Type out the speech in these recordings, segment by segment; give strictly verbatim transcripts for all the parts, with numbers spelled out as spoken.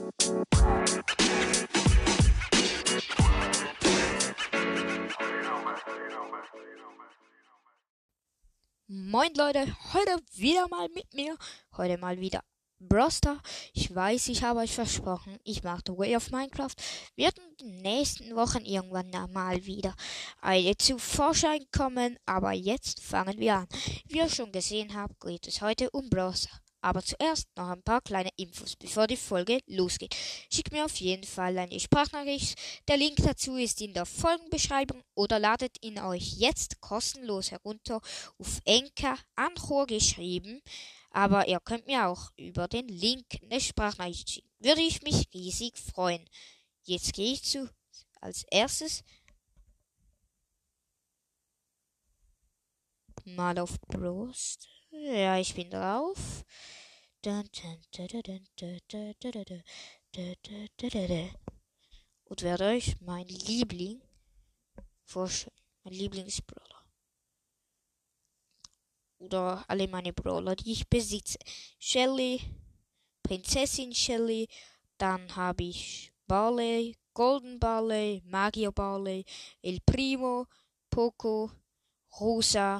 Moin Leute, heute wieder mal mit mir. Heute mal wieder Brawl Stars. Ich weiß, ich habe euch versprochen, ich mache The Way of Minecraft. Wird in den nächsten Wochen irgendwann mal wieder eine zu Vorschein kommen. Aber jetzt fangen wir an. Wie ihr schon gesehen habt, geht es heute um Brawl Stars. Aber zuerst noch ein paar kleine Infos, bevor die Folge losgeht. Schickt mir auf jeden Fall eine Sprachnachricht. Der Link dazu ist in der Folgenbeschreibung oder ladet ihn euch jetzt kostenlos herunter auf Anchor Anchor geschrieben. Aber ihr könnt mir auch über den Link eine Sprachnachricht schicken. Würde ich mich riesig freuen. Jetzt gehe ich zu als erstes mal auf Brawl Stars. Ja, ich bin drauf. Und werde euch mein Liebling vorstellen. Mein Lieblingsbrawler. Oder alle meine Brawler, die ich besitze. Shelly, Prinzessin Shelly. Dann habe ich Barley, Golden Barley, Magier Barley, El Primo, Poco, Rosa.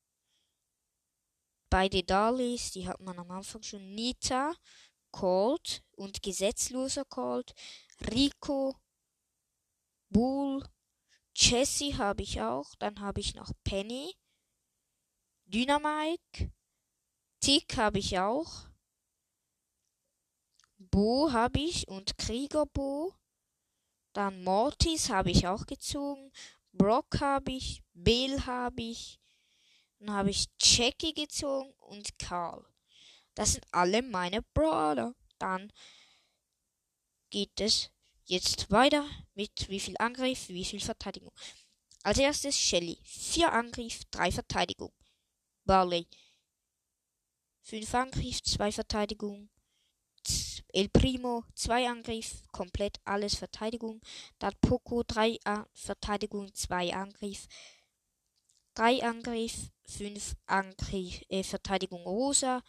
Beide Darleys, die hat man am Anfang schon. Nita, Colt und gesetzloser Colt. Rico, Bull, Jessie habe ich auch. Dann habe ich noch Penny, Dynamike, Tick habe ich auch. Bo habe ich und Krieger Bo. Dann Mortis habe ich auch gezogen. Brock habe ich, Bill habe ich. Dann habe ich Jackie gezogen und Karl. Das sind alle meine Brawler. Dann geht es jetzt weiter mit wie viel Angriff, wie viel Verteidigung. Als erstes Shelly. vier Angriff, drei Verteidigung. Barley. fünf Angriff, zwei Verteidigung. El Primo, zwei Angriff, komplett alles Verteidigung. Dann Poco, drei Verteidigung, zwei Angriff. drei Angriff, fünf Angriff, äh, Verteidigung Rosa.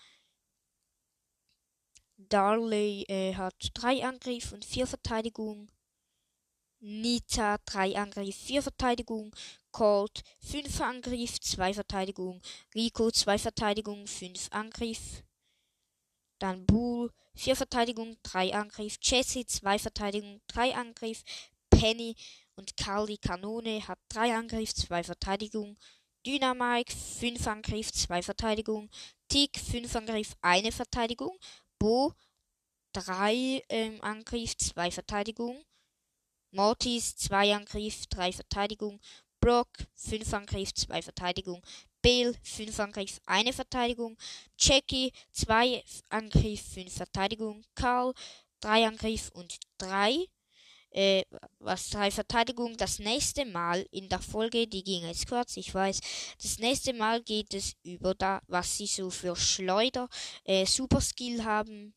Darley äh, hat drei Angriff und vier Verteidigung. Nita, drei Angriff, vier Verteidigung. Colt, fünf Angriff, zwei Verteidigung. Rico, zwei Verteidigung, fünf Angriff. Dann Bull, vier Verteidigung, drei Angriff. Jessie, zwei Verteidigung, drei Angriff. Penny und Karl die Kanone hat drei Angriff, zwei Verteidigung. Dynamike, fünf Angriff, zwei Verteidigung. Tick, fünf Angriff, eine Verteidigung. Bo, drei ähm, Angriff, zwei Verteidigung. Mortis, zwei Angriff, drei Verteidigung. Brock, fünf Angriff, zwei Verteidigung. Bill, fünf Angriff, eine Verteidigung. Jackie, zwei Angriff, fünf Verteidigung. Karl, drei Angriff und drei. Äh, was drei Verteidigung. Das nächste Mal in der Folge, die ging jetzt kurz, ich weiß. Das nächste Mal geht es über da, was sie so für Schleuder, äh, Super Skill haben.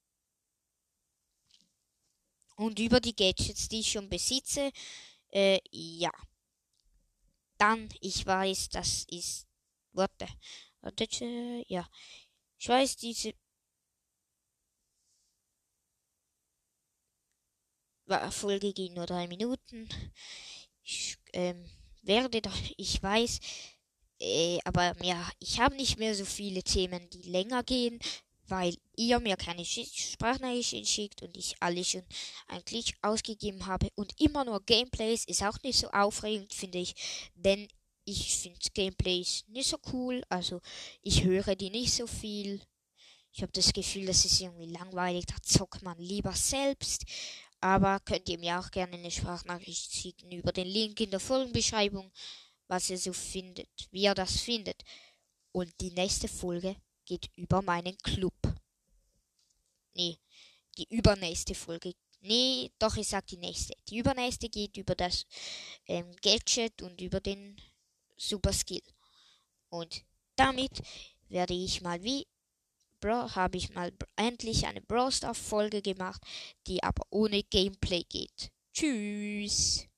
Und über die Gadgets, die ich schon besitze. Äh, ja. Dann, ich weiß, das ist. Warte. Warte, äh, ja. Ich weiß, diese Folge geht nur drei Minuten. Ich ähm, werde doch, ich weiß, äh, aber ja, ich habe nicht mehr so viele Themen, die länger gehen, weil ihr mir keine Sprachnachrichten schickt und ich alle schon eigentlich ausgegeben habe. Und immer nur Gameplays ist auch nicht so aufregend, finde ich, denn ich finde Gameplays nicht so cool, also ich höre die nicht so viel. Ich habe das Gefühl, das ist irgendwie langweilig, da zockt man lieber selbst. Aber könnt ihr mir auch gerne eine Sprachnachricht schicken über den Link in der Folgenbeschreibung, was ihr so findet, wie ihr das findet. Und die nächste Folge geht über meinen Club. Nee, die übernächste Folge. Nee, doch, ich sag die nächste. Die übernächste geht über das ähm, Gadget und über den Super Skill. Und damit werde ich mal wie Bro, habe ich mal endlich eine Brawl Stars Folge gemacht, die aber ohne Gameplay geht. Tschüss.